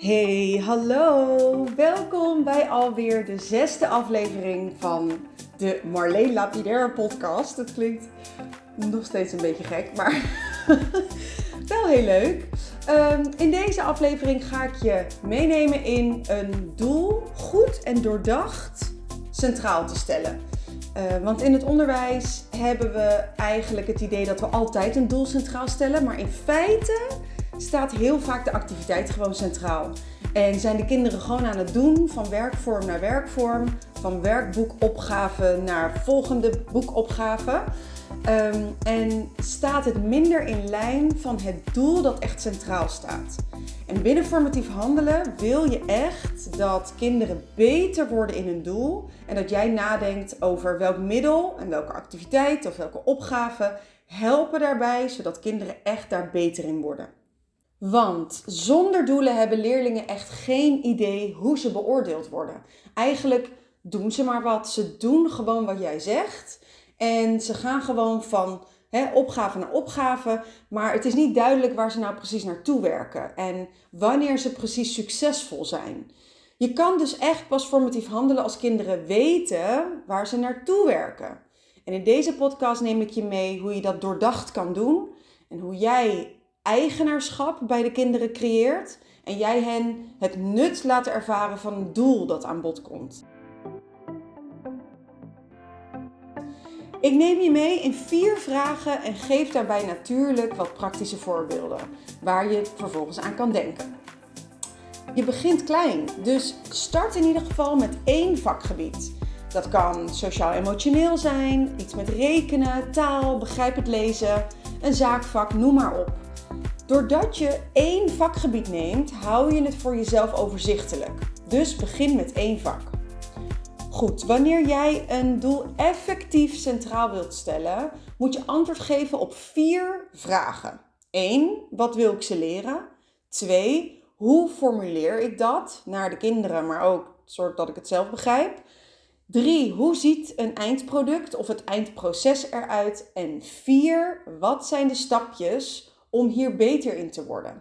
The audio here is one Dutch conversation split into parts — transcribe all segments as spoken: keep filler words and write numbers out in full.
Hey, hallo! Welkom bij alweer de zesde aflevering van de Marleen Lapidaire podcast. Het klinkt nog steeds een beetje gek, maar wel heel leuk. Um, in deze aflevering ga ik je meenemen in een doel goed en doordacht centraal te stellen. Uh, want in het onderwijs hebben we eigenlijk het idee dat we altijd een doel centraal stellen, maar in feite staat heel vaak de activiteit gewoon centraal. En zijn de kinderen gewoon aan het doen van werkvorm naar werkvorm, van werkboekopgave naar volgende boekopgave. Um, en staat het minder in lijn van het doel dat echt centraal staat. En binnen formatief handelen wil je echt dat kinderen beter worden in hun doel. En dat jij nadenkt over welk middel en welke activiteit of welke opgave helpen daarbij, zodat kinderen echt daar beter in worden. Want zonder doelen hebben leerlingen echt geen idee hoe ze beoordeeld worden. Eigenlijk doen ze maar wat. Ze doen gewoon wat jij zegt. En ze gaan gewoon van he, opgave naar opgave. Maar het is niet duidelijk waar ze nou precies naartoe werken. En wanneer ze precies succesvol zijn. Je kan dus echt pas formatief handelen als kinderen weten waar ze naartoe werken. En in deze podcast neem ik je mee hoe je dat doordacht kan doen. En hoe jij eigenaarschap bij de kinderen creëert en jij hen het nut laat ervaren van een doel dat aan bod komt. Ik neem je mee in vier vragen en geef daarbij natuurlijk wat praktische voorbeelden waar je vervolgens aan kan denken. Je begint klein, dus start in ieder geval met één vakgebied. Dat kan sociaal-emotioneel zijn, iets met rekenen, taal, begrijpend lezen, een zaakvak, noem maar op. Doordat je één vakgebied neemt, hou je het voor jezelf overzichtelijk. Dus begin met één vak. Goed, wanneer jij een doel effectief centraal wilt stellen, moet je antwoord geven op vier vragen. één. Wat wil ik ze leren? twee. Hoe formuleer ik dat naar de kinderen, maar ook zodat ik het zelf begrijp? drie. Hoe ziet een eindproduct of het eindproces eruit? En vier. Wat zijn de stapjes om hier beter in te worden?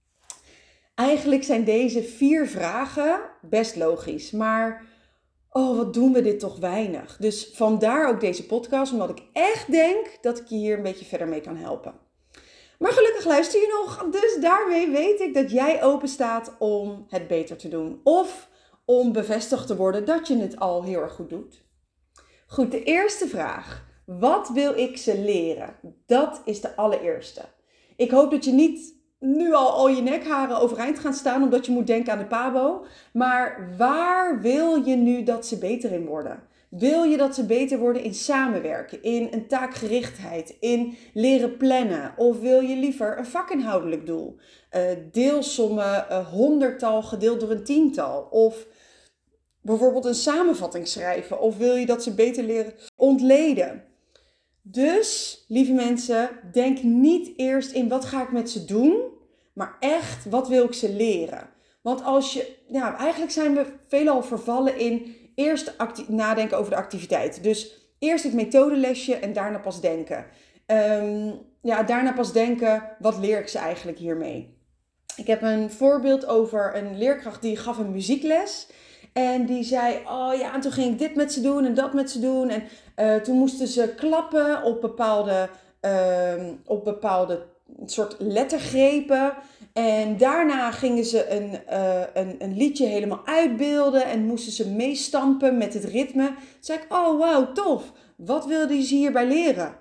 Eigenlijk zijn deze vier vragen best logisch, maar oh, wat doen we dit toch weinig. Dus vandaar ook deze podcast, omdat ik echt denk dat ik je hier een beetje verder mee kan helpen. Maar gelukkig luister je nog, dus daarmee weet ik dat jij open staat om het beter te doen. Of om bevestigd te worden dat je het al heel erg goed doet. Goed, de eerste vraag. Wat wil ik ze leren? Dat is de allereerste. Ik hoop dat je niet nu al al je nekharen overeind gaan staan omdat je moet denken aan de P A B O. Maar waar wil je nu dat ze beter in worden? Wil je dat ze beter worden in samenwerken, in een taakgerichtheid, in leren plannen? Of wil je liever een vakinhoudelijk doel? Uh, deelsommen, uh, honderdtal gedeeld door een tiental. Of bijvoorbeeld een samenvatting schrijven. Of wil je dat ze beter leren ontleden? Dus, lieve mensen, denk niet eerst in wat ga ik met ze doen, maar echt wat wil ik ze leren. Want als je, ja, eigenlijk zijn we veelal vervallen in eerst acti- nadenken over de activiteit. Dus eerst het methodelesje en daarna pas denken. Um, ja, daarna pas denken, wat leer ik ze eigenlijk hiermee? Ik heb een voorbeeld over een leerkracht die gaf een muziekles. En die zei, oh ja, en toen ging ik dit met ze doen en dat met ze doen. En uh, toen moesten ze klappen op bepaalde, uh, op bepaalde soort lettergrepen. En daarna gingen ze een, uh, een, een liedje helemaal uitbeelden en moesten ze meestampen met het ritme. Toen zei ik, oh wauw, tof. Wat wilde ze hierbij leren?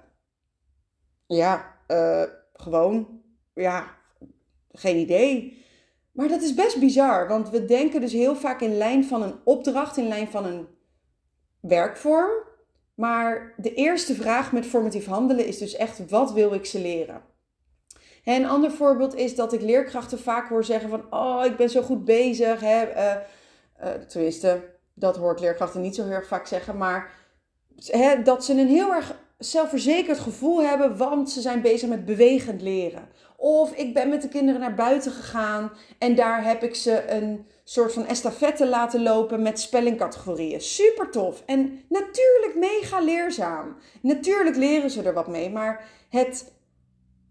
Ja, uh, gewoon, ja, geen idee. Maar dat is best bizar, want we denken dus heel vaak in lijn van een opdracht, in lijn van een werkvorm. Maar de eerste vraag met formatief handelen is dus echt, wat wil ik ze leren? En een ander voorbeeld is dat ik leerkrachten vaak hoor zeggen van, oh, ik ben zo goed bezig. Hè? Uh, uh, tenminste, dat hoort leerkrachten niet zo heel erg vaak zeggen, maar hè, dat ze een heel erg zelfverzekerd gevoel hebben, want ze zijn bezig met bewegend leren. Of ik ben met de kinderen naar buiten gegaan en daar heb ik ze een soort van estafette laten lopen met spellingcategorieën. Super tof. En natuurlijk mega leerzaam. Natuurlijk leren ze er wat mee, maar het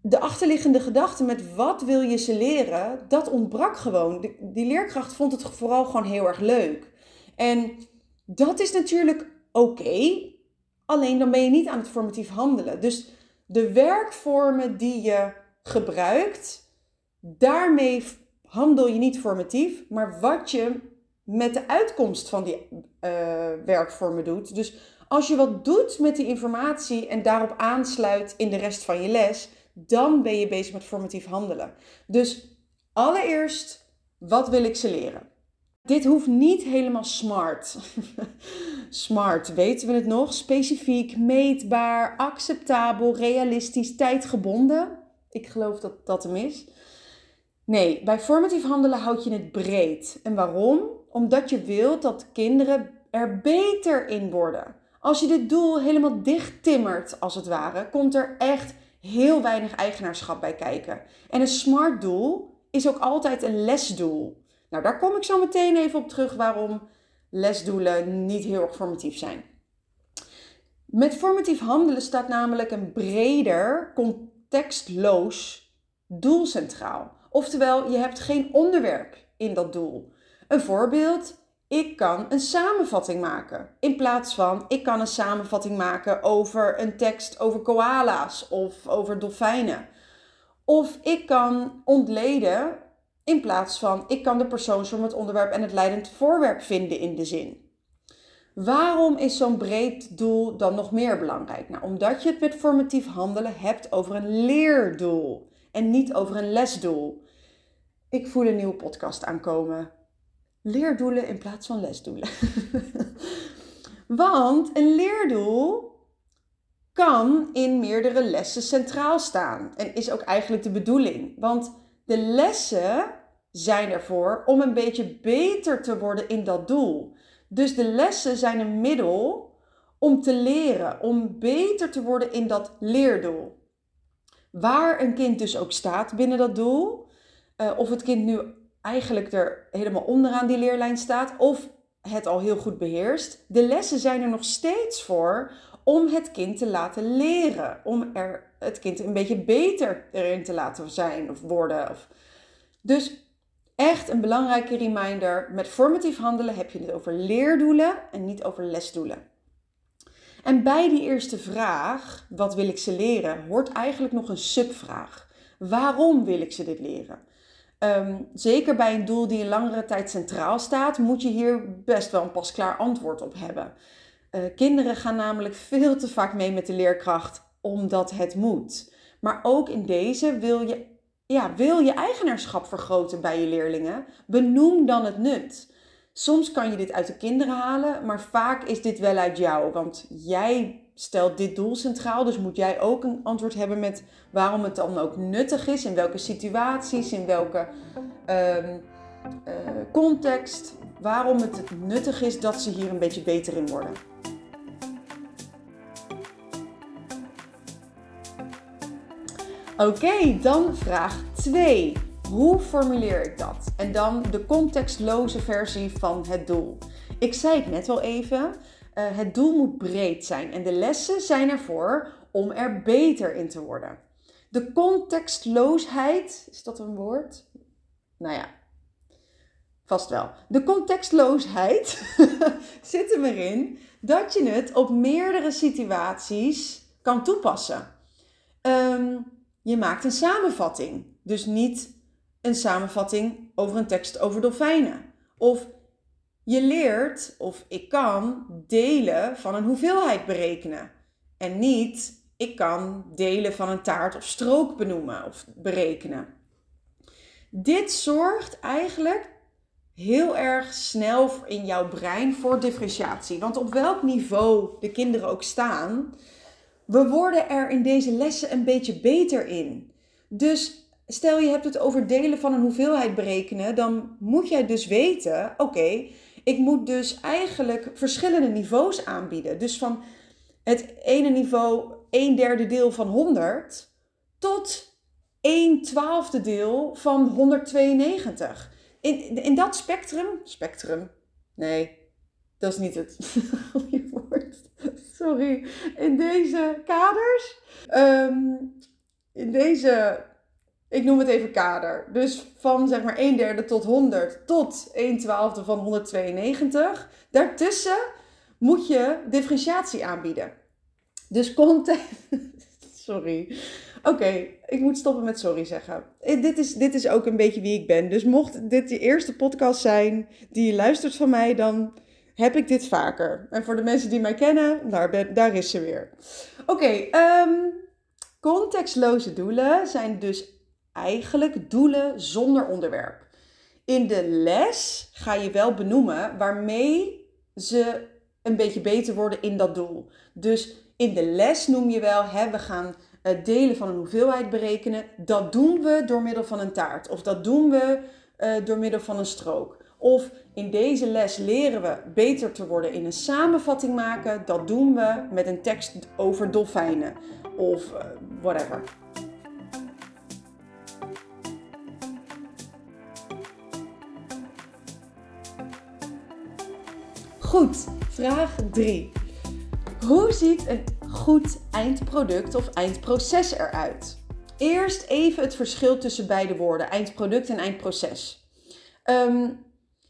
de achterliggende gedachte met wat wil je ze leren, dat ontbrak gewoon. De, die leerkracht vond het vooral gewoon heel erg leuk. En dat is natuurlijk oké, okay, alleen dan ben je niet aan het formatief handelen. Dus de werkvormen die je gebruikt, daarmee handel je niet formatief, maar wat je met de uitkomst van die uh, werkvormen doet. Dus als je wat doet met die informatie en daarop aansluit in de rest van je les, dan ben je bezig met formatief handelen. Dus allereerst, wat wil ik ze leren? Dit hoeft niet helemaal smart. Smart, weten we het nog? Specifiek, meetbaar, acceptabel, realistisch, tijdgebonden. Ik geloof dat dat hem is. Nee, bij formatief handelen houd je het breed. En waarom? Omdat je wilt dat kinderen er beter in worden. Als je dit doel helemaal dicht timmert, als het ware, komt er echt heel weinig eigenaarschap bij kijken. En een smart doel is ook altijd een lesdoel. Nou, daar kom ik zo meteen even op terug waarom lesdoelen niet heel erg formatief zijn. Met formatief handelen staat namelijk een breder, contextloos doel centraal. Oftewel, je hebt geen onderwerp in dat doel. Een voorbeeld, ik kan een samenvatting maken. In plaats van, ik kan een samenvatting maken over een tekst over koala's of over dolfijnen. Of ik kan ontleden, in plaats van, ik kan de persoonsvorm, het onderwerp en het leidend voorwerp vinden in de zin. Waarom is zo'n breed doel dan nog meer belangrijk? Nou, omdat je het met formatief handelen hebt over een leerdoel en niet over een lesdoel. Ik voel een nieuwe podcast aankomen. Leerdoelen in plaats van lesdoelen. Want een leerdoel kan in meerdere lessen centraal staan. En is ook eigenlijk de bedoeling. Want de lessen zijn ervoor om een beetje beter te worden in dat doel. Dus de lessen zijn een middel om te leren, om beter te worden in dat leerdoel. Waar een kind dus ook staat binnen dat doel, uh, of het kind nu eigenlijk er helemaal onderaan die leerlijn staat, of het al heel goed beheerst. De lessen zijn er nog steeds voor om het kind te laten leren, om er het kind een beetje beter erin te laten zijn of worden. Of... Dus echt een belangrijke reminder, met formatief handelen heb je het over leerdoelen en niet over lesdoelen. En bij die eerste vraag, wat wil ik ze leren, hoort eigenlijk nog een subvraag. Waarom wil ik ze dit leren? Um, zeker bij een doel die een langere tijd centraal staat, moet je hier best wel een pasklaar antwoord op hebben. Uh, kinderen gaan namelijk veel te vaak mee met de leerkracht, omdat het moet. Maar ook in deze wil je, ja, wil je eigenaarschap vergroten bij je leerlingen, benoem dan het nut. Soms kan je dit uit de kinderen halen, maar vaak is dit wel uit jou. Want jij stelt dit doel centraal, dus moet jij ook een antwoord hebben met waarom het dan ook nuttig is. In welke situaties, in welke uh, uh, context. Waarom het nuttig is dat ze hier een beetje beter in worden. Oké, okay, dan vraag twee. Hoe formuleer ik dat? En dan de contextloze versie van het doel. Ik zei het net al even, uh, het doel moet breed zijn en de lessen zijn ervoor om er beter in te worden. De contextloosheid, is dat een woord? Nou ja, vast wel. De contextloosheid zit er erin dat je het op meerdere situaties kan toepassen. Um, je maakt een samenvatting, dus niet een samenvatting over een tekst over dolfijnen. Of je leert, of ik kan, delen van een hoeveelheid berekenen. En niet, ik kan delen van een taart of strook benoemen of berekenen. Dit zorgt eigenlijk heel erg snel in jouw brein voor differentiatie. Want op welk niveau de kinderen ook staan, we worden er in deze lessen een beetje beter in. Dus stel je hebt het over delen van een hoeveelheid berekenen, dan moet jij dus weten, oké, okay, ik moet dus eigenlijk verschillende niveaus aanbieden. Dus van het ene niveau een derde deel van honderd tot een twaalfde deel van honderdtweeënnegentig. In, in dat spectrum, spectrum, nee, dat is niet het goede woord. Sorry, in deze kaders um, in deze, ik noem het even kader. Dus van zeg maar een derde tot honderd tot een twaalfde van honderdtweeënnegentig. Daartussen moet je differentiatie aanbieden. Dus content... Sorry. Oké, okay, ik moet stoppen met sorry zeggen. Dit is, dit is ook een beetje wie ik ben. Dus mocht dit je eerste podcast zijn die je luistert van mij, dan heb ik dit vaker. En voor de mensen die mij kennen, daar, ben, daar is ze weer. Oké, okay, um, contextloze doelen zijn dus eigenlijk doelen zonder onderwerp. In de les ga je wel benoemen waarmee ze een beetje beter worden in dat doel. Dus in de les noem je wel, hè, we gaan uh, delen van een hoeveelheid berekenen. Dat doen we door middel van een taart. Of dat doen we uh, door middel van een strook. Of in deze les leren we beter te worden in een samenvatting maken. Dat doen we met een tekst over dolfijnen. Of uh, whatever. Goed, vraag drie. Hoe ziet een goed eindproduct of eindproces eruit? Eerst even het verschil tussen beide woorden, eindproduct en eindproces. Um,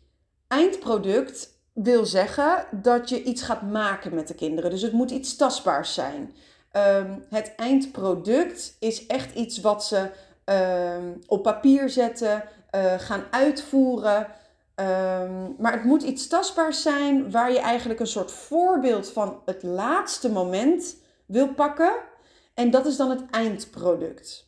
eindproduct wil zeggen dat je iets gaat maken met de kinderen. Dus het moet iets tastbaars zijn. Um, het eindproduct is echt iets wat ze um, op papier zetten, uh, gaan uitvoeren. Um, maar het moet iets tastbaars zijn waar je eigenlijk een soort voorbeeld van het laatste moment wil pakken. En dat is dan het eindproduct.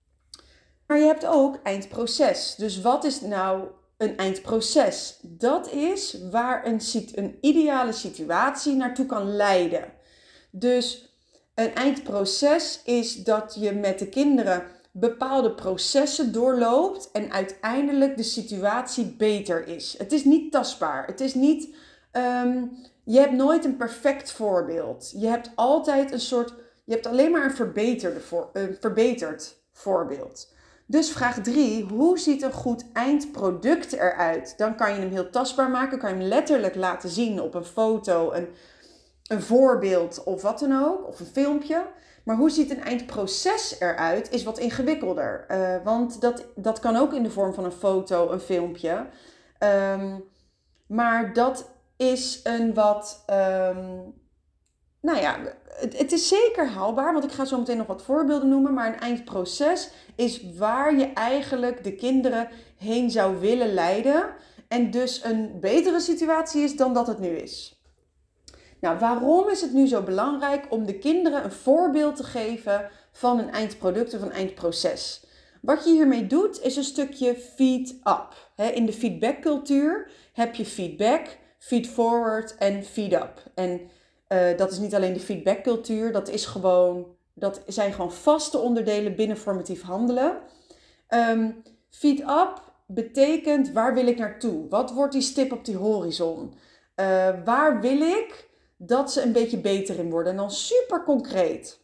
Maar je hebt ook eindproces. Dus wat is nou een eindproces? Dat is waar een, een ideale situatie naartoe kan leiden. Dus een eindproces is dat je met de kinderen bepaalde processen doorloopt en uiteindelijk de situatie beter is. Het is niet tastbaar. Het is niet, um, je hebt nooit een perfect voorbeeld. Je hebt altijd een soort, je hebt alleen maar een, verbeterde voor, een verbeterd voorbeeld. Dus vraag drie, hoe ziet een goed eindproduct eruit? Dan kan je hem heel tastbaar maken, kan je hem letterlijk laten zien op een foto, een, een voorbeeld of wat dan ook, of een filmpje. Maar hoe ziet een eindproces eruit is wat ingewikkelder. Uh, want dat, dat kan ook in de vorm van een foto, een filmpje. Um, maar dat is een wat... Um, nou ja, het, het is zeker haalbaar. Want ik ga zo meteen nog wat voorbeelden noemen. Maar een eindproces is waar je eigenlijk de kinderen heen zou willen leiden. En dus een betere situatie is dan dat het nu is. Nou, waarom is het nu zo belangrijk om de kinderen een voorbeeld te geven van een eindproduct of een eindproces? Wat je hiermee doet is een stukje feed-up. In de feedbackcultuur heb je feedback, feed-forward en feed-up. En uh, dat is niet alleen de feedbackcultuur, dat is gewoon, dat zijn gewoon vaste onderdelen binnen formatief handelen. Um, feed-up betekent waar wil ik naartoe? Wat wordt die stip op die horizon? Uh, waar wil ik dat ze een beetje beter in worden? En dan super concreet.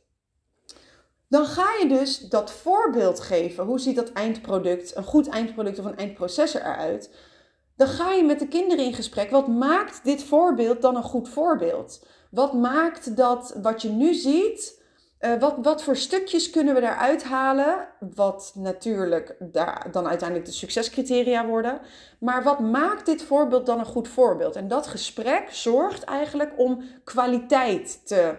Dan ga je dus dat voorbeeld geven. Hoe ziet dat eindproduct, een goed eindproduct of een eindproces eruit? Dan ga je met de kinderen in gesprek. Wat maakt dit voorbeeld dan een goed voorbeeld? Wat maakt dat wat je nu ziet... Uh, wat, wat voor stukjes kunnen we daaruit halen, wat natuurlijk daar, dan uiteindelijk de succescriteria worden. Maar wat maakt dit voorbeeld dan een goed voorbeeld? En dat gesprek zorgt eigenlijk om kwaliteit te,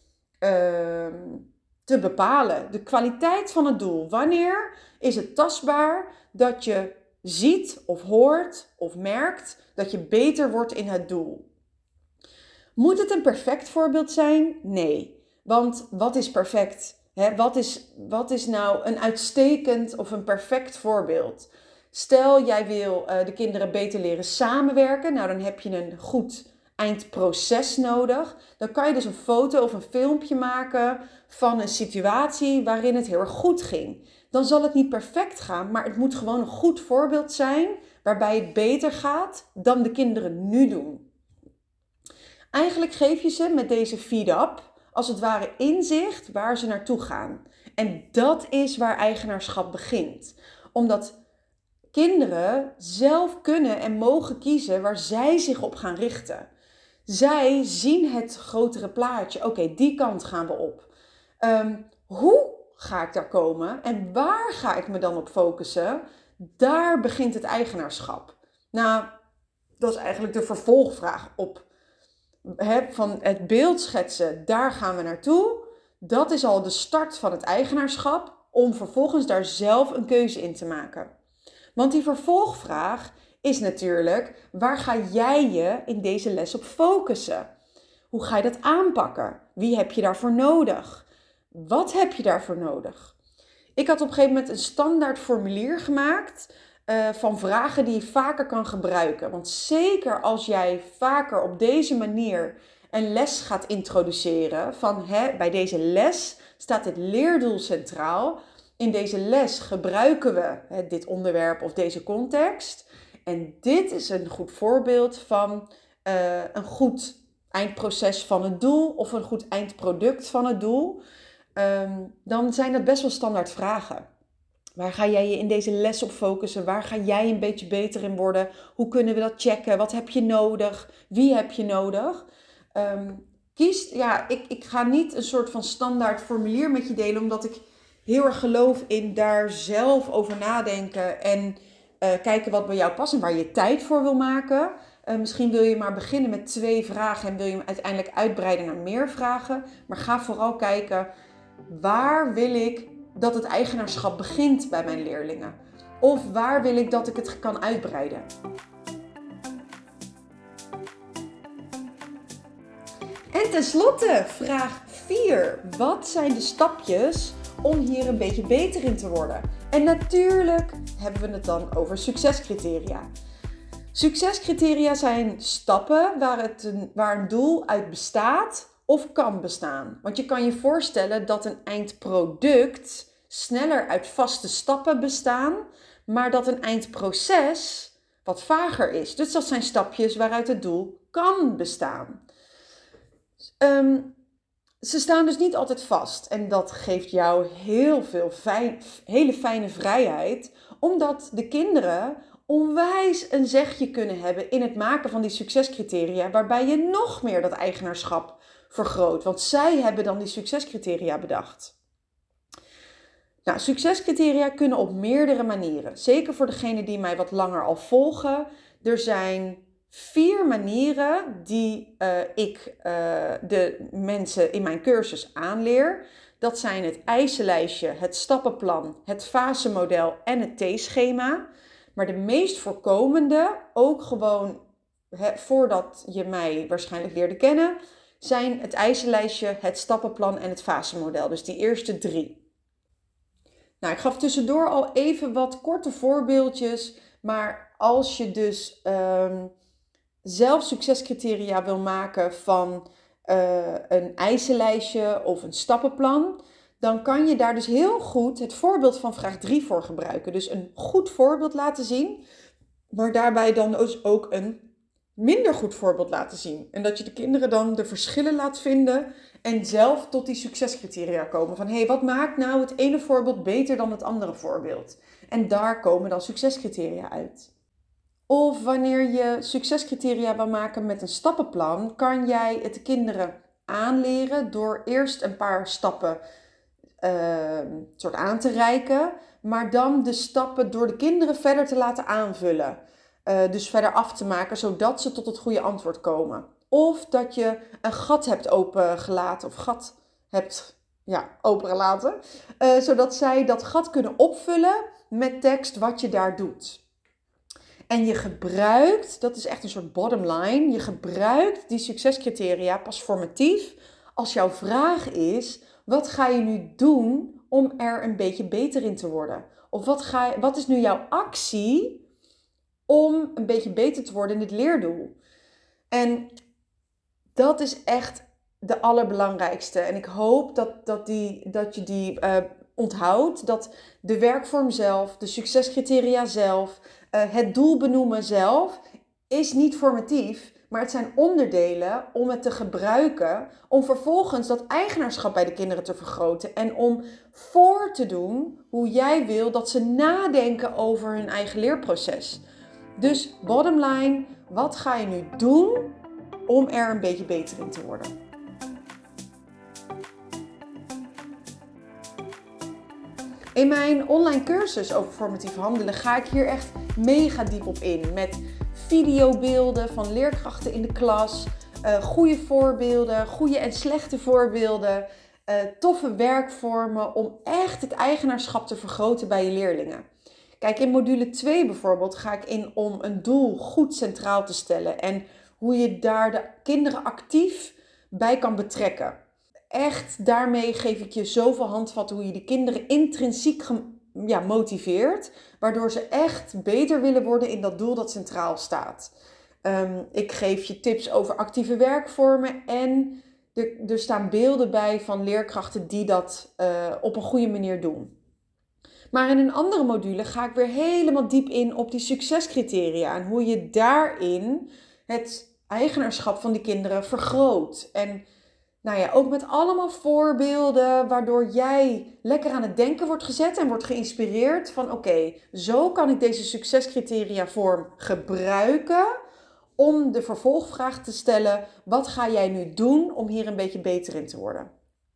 uh, te bepalen. De kwaliteit van het doel. Wanneer is het tastbaar dat je ziet of hoort of merkt dat je beter wordt in het doel? Moet het een perfect voorbeeld zijn? Nee. Want wat is perfect? He, wat, is, wat is nou een uitstekend of een perfect voorbeeld? Stel, jij wil uh, de kinderen beter leren samenwerken. Nou, dan heb je een goed eindproces nodig. Dan kan je dus een foto of een filmpje maken van een situatie waarin het heel erg goed ging. Dan zal het niet perfect gaan, maar het moet gewoon een goed voorbeeld zijn waarbij het beter gaat dan de kinderen nu doen. Eigenlijk geef je ze met deze feed-up als het ware inzicht waar ze naartoe gaan. En dat is waar eigenaarschap begint. Omdat kinderen zelf kunnen en mogen kiezen waar zij zich op gaan richten. Zij zien het grotere plaatje. Oké, okay, die kant gaan we op. Um, hoe ga ik daar komen en waar ga ik me dan op focussen? Daar begint het eigenaarschap. Nou, dat is eigenlijk de vervolgvraag op he, van het beeld schetsen. Daar gaan we naartoe. Dat is al de start van het eigenaarschap om vervolgens daar zelf een keuze in te maken. Want die vervolgvraag is natuurlijk, waar ga jij je in deze les op focussen? Hoe ga je dat aanpakken? Wie heb je daarvoor nodig? Wat heb je daarvoor nodig? Ik had op een gegeven moment een standaard formulier gemaakt uh, van vragen die je vaker kan gebruiken. Want zeker als jij vaker op deze manier een les gaat introduceren, van hè, bij deze les staat dit leerdoel centraal. In deze les gebruiken we hè, dit onderwerp of deze context. En dit is een goed voorbeeld van uh, een goed eindproces van het doel of een goed eindproduct van het doel. Um, dan zijn dat best wel standaard vragen. Waar ga jij je in deze les op focussen? Waar ga jij een beetje beter in worden? Hoe kunnen we dat checken? Wat heb je nodig? Wie heb je nodig? Um, kies, ja, ik, ik ga niet een soort van standaard formulier met je delen, omdat ik heel erg geloof in daar zelf over nadenken en uh, kijken wat bij jou past en waar je tijd voor wil maken. Uh, misschien wil je maar beginnen met twee vragen en wil je hem uiteindelijk uitbreiden naar meer vragen. Maar ga vooral kijken, waar wil ik dat het eigenaarschap begint bij mijn leerlingen? Of waar wil ik dat ik het kan uitbreiden? En tenslotte, vraag vier. Wat zijn de stapjes om hier een beetje beter in te worden? En natuurlijk hebben we het dan over succescriteria. Succescriteria zijn stappen waar, het een, waar een doel uit bestaat of kan bestaan. Want je kan je voorstellen dat een eindproduct sneller uit vaste stappen bestaan, maar dat een eindproces wat vager is. Dus dat zijn stapjes waaruit het doel kan bestaan. Um, ze staan dus niet altijd vast en dat geeft jou heel veel fijn, hele fijne vrijheid, omdat de kinderen onwijs een zegje kunnen hebben in het maken van die succescriteria, waarbij je nog meer dat eigenaarschap vergroot. Want zij hebben dan die succescriteria bedacht. Nou, succescriteria kunnen op meerdere manieren. Zeker voor degenen die mij wat langer al volgen. Er zijn vier manieren die uh, ik uh, de mensen in mijn cursus aanleer. Dat zijn het eisenlijstje, het stappenplan, het fasemodel en het T-schema. Maar de meest voorkomende, ook gewoon he, voordat je mij waarschijnlijk leerde kennen, zijn het eisenlijstje, het stappenplan en het fasemodel. Dus die eerste drie. Nou, ik gaf tussendoor al even wat korte voorbeeldjes. Maar als je dus um, zelf succescriteria wil maken van uh, een eisenlijstje of een stappenplan, dan kan je daar dus heel goed het voorbeeld van vraag drie voor gebruiken. Dus een goed voorbeeld laten zien, maar daarbij dan dus ook een minder goed voorbeeld laten zien. En dat je de kinderen dan de verschillen laat vinden en zelf tot die succescriteria komen. Van hé, hey, wat maakt nou het ene voorbeeld beter dan het andere voorbeeld? En daar komen dan succescriteria uit. Of wanneer je succescriteria wil maken met een stappenplan, kan jij het de kinderen aanleren door eerst een paar stappen uh, soort aan te reiken, maar dan de stappen door de kinderen verder te laten aanvullen. Uh, dus verder af te maken, zodat ze tot het goede antwoord komen. Of dat je een gat hebt opengelaten, of gat hebt ja, opengelaten, uh, zodat zij dat gat kunnen opvullen met tekst wat je daar doet. En je gebruikt, dat is echt een soort bottom line, je gebruikt die succescriteria pas formatief als jouw vraag is, wat ga je nu doen om er een beetje beter in te worden? Of wat, ga je, wat is nu jouw actie om een beetje beter te worden in dit leerdoel? En dat is echt de allerbelangrijkste. En ik hoop dat, dat, die, dat je die uh, onthoudt. Dat de werkvorm zelf, de succescriteria zelf, uh, het doel benoemen zelf, is niet formatief. Maar het zijn onderdelen om het te gebruiken. Om vervolgens dat eigenaarschap bij de kinderen te vergroten. En om voor te doen hoe jij wil dat ze nadenken over hun eigen leerproces. Dus bottom line, wat ga je nu doen om er een beetje beter in te worden? In mijn online cursus over formatief handelen ga ik hier echt mega diep op in. Met videobeelden van leerkrachten in de klas, uh, goede voorbeelden, goede en slechte voorbeelden, uh, toffe werkvormen om echt het eigenaarschap te vergroten bij je leerlingen. Kijk, in module twee bijvoorbeeld ga ik in om een doel goed centraal te stellen en hoe je daar de kinderen actief bij kan betrekken. Echt, daarmee geef ik je zoveel handvatten hoe je de kinderen intrinsiek gem- ja, motiveert, waardoor ze echt beter willen worden in dat doel dat centraal staat. Um, ik geef je tips over actieve werkvormen en er, er staan beelden bij van leerkrachten die dat uh, op een goede manier doen. Maar in een andere module ga ik weer helemaal diep in op die succescriteria en hoe je daarin het eigenaarschap van die kinderen vergroot. En nou ja, ook met allemaal voorbeelden waardoor jij lekker aan het denken wordt gezet en wordt geïnspireerd van oké, okay, zo kan ik deze succescriteria vorm gebruiken om de vervolgvraag te stellen, wat ga jij nu doen om hier een beetje beter in te worden?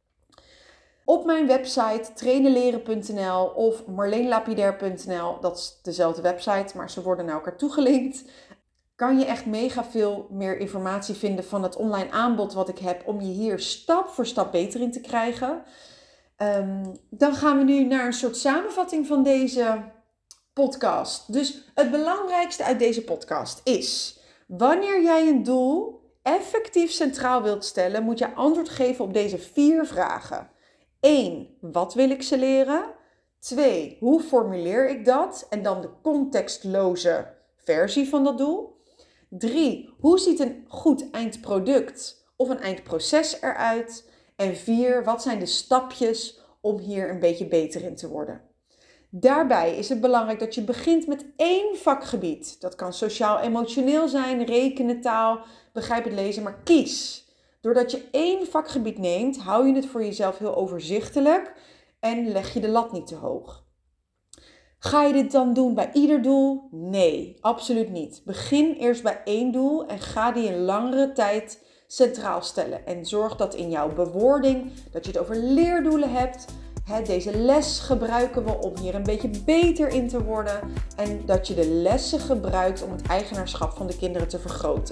Op mijn website trainenleren punt n l of marleenlapidair punt n l, dat is dezelfde website, maar ze worden naar elkaar toegelinkt, kan je echt mega veel meer informatie vinden van het online aanbod wat ik heb om je hier stap voor stap beter in te krijgen. Um, dan gaan we nu naar een soort samenvatting van deze podcast. Dus het belangrijkste uit deze podcast is, wanneer jij een doel effectief centraal wilt stellen, moet je antwoord geven op deze vier vragen. één. Wat wil ik ze leren? twee. Hoe formuleer ik dat? En dan de contextloze versie van dat doel. drie. Hoe ziet een goed eindproduct of een eindproces eruit? En vier. Wat zijn de stapjes om hier een beetje beter in te worden? Daarbij is het belangrijk dat je begint met één vakgebied. Dat kan sociaal-emotioneel zijn, rekenen, taal, begrijpend lezen, maar kies. Doordat je één vakgebied neemt, hou je het voor jezelf heel overzichtelijk en leg je de lat niet te hoog. Ga je dit dan doen bij ieder doel? Nee, absoluut niet. Begin eerst bij één doel en ga die een langere tijd centraal stellen. En zorg dat in jouw bewoording, dat je het over leerdoelen hebt. He, deze les gebruiken we om hier een beetje beter in te worden. En dat je de lessen gebruikt om het eigenaarschap van de kinderen te vergroten.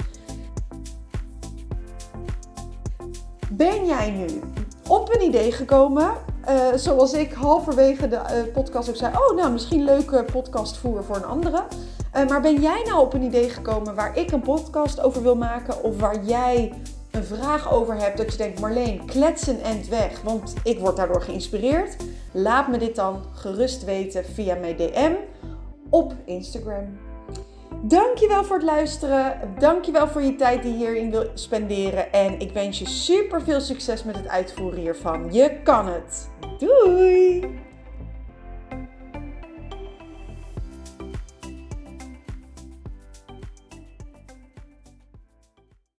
Ben jij nu op een idee gekomen, uh, zoals ik halverwege de uh, podcast ook zei, oh nou misschien leuke podcastvoer voor een andere. Uh, maar ben jij nou op een idee gekomen waar ik een podcast over wil maken of waar jij een vraag over hebt dat je denkt, Marleen, klets een end weg, want ik word daardoor geïnspireerd. Laat me dit dan gerust weten via mijn D M op Instagram. Dankjewel voor het luisteren. Dankjewel voor je tijd die je hierin wil spenderen. En ik wens je super veel succes met het uitvoeren hiervan. Je kan het. Doei!